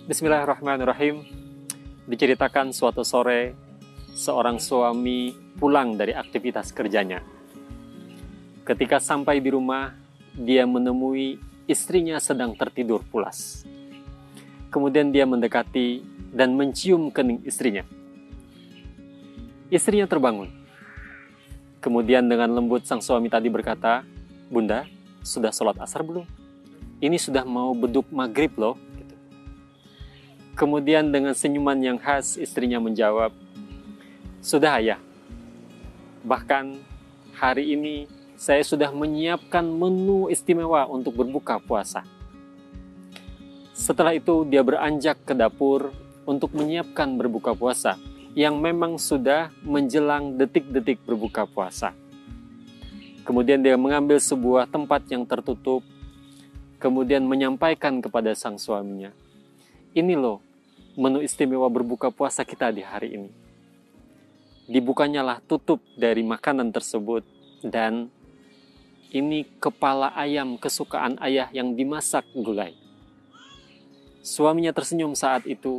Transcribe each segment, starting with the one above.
Bismillahirrahmanirrahim. Diceritakan suatu sore, seorang suami pulang dari aktivitas kerjanya. Ketika sampai di rumah, dia menemui istrinya sedang tertidur pulas. Kemudian dia mendekati dan mencium kening istrinya. Istrinya terbangun. Kemudian dengan lembut sang suami tadi berkata, "Bunda, sudah sholat asar belum? Ini sudah mau beduk maghrib loh." Kemudian dengan senyuman yang khas istrinya menjawab, "Sudah ayah, bahkan hari ini saya sudah menyiapkan menu istimewa untuk berbuka puasa." Setelah itu dia beranjak ke dapur untuk menyiapkan berbuka puasa yang memang sudah menjelang detik-detik berbuka puasa. Kemudian dia mengambil sebuah tempat yang tertutup, kemudian menyampaikan kepada sang suaminya, "Ini loh menu istimewa berbuka puasa kita di hari ini." Dibukanyalah tutup dari makanan tersebut, dan ini kepala ayam kesukaan ayah yang dimasak gulai. Suaminya tersenyum saat itu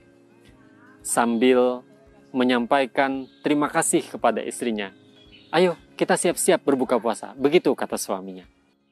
sambil menyampaikan terima kasih kepada istrinya. "Ayo kita siap-siap berbuka puasa," begitu kata suaminya.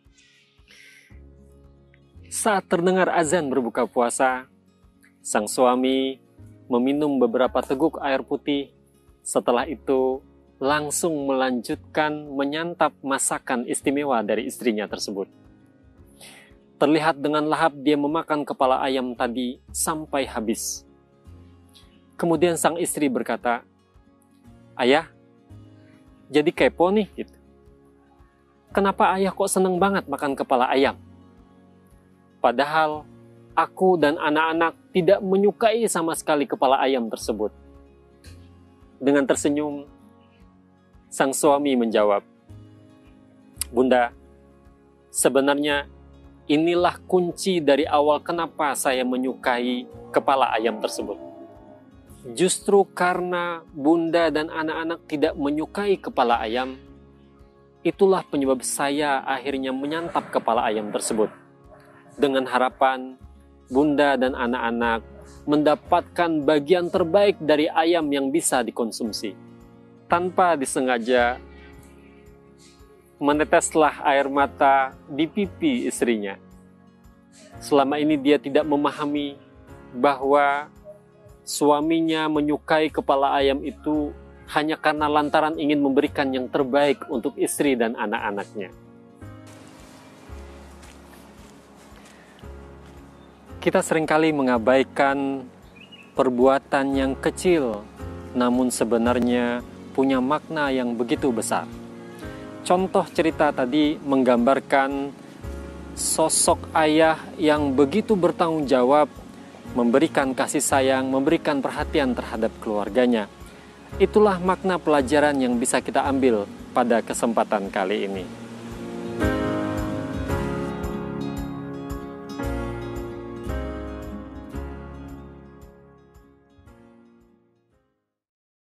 Saat terdengar azan berbuka puasa, sang suami meminum beberapa teguk air putih. Setelah itu langsung melanjutkan menyantap masakan istimewa dari istrinya tersebut. Terlihat dengan lahap dia memakan kepala ayam tadi sampai habis. Kemudian sang istri berkata, "Ayah, jadi kepo nih gitu. Kenapa ayah kok seneng banget makan kepala ayam? Padahal aku dan anak-anak tidak menyukai sama sekali kepala ayam tersebut." Dengan tersenyum, sang suami menjawab, "Bunda, sebenarnya inilah kunci dari awal kenapa saya menyukai kepala ayam tersebut. Justru karena Bunda dan anak-anak tidak menyukai kepala ayam, itulah penyebab saya akhirnya menyantap kepala ayam tersebut. Dengan harapan Bunda dan anak-anak mendapatkan bagian terbaik dari ayam yang bisa dikonsumsi." Tanpa disengaja, meneteslah air mata di pipi istrinya. Selama ini dia tidak memahami bahwa suaminya menyukai kepala ayam itu hanya karena lantaran ingin memberikan yang terbaik untuk istri dan anak-anaknya. Kita seringkali mengabaikan perbuatan yang kecil, namun sebenarnya punya makna yang begitu besar. Contoh cerita tadi menggambarkan sosok ayah yang begitu bertanggung jawab, memberikan kasih sayang, memberikan perhatian terhadap keluarganya. Itulah makna pelajaran yang bisa kita ambil pada kesempatan kali ini.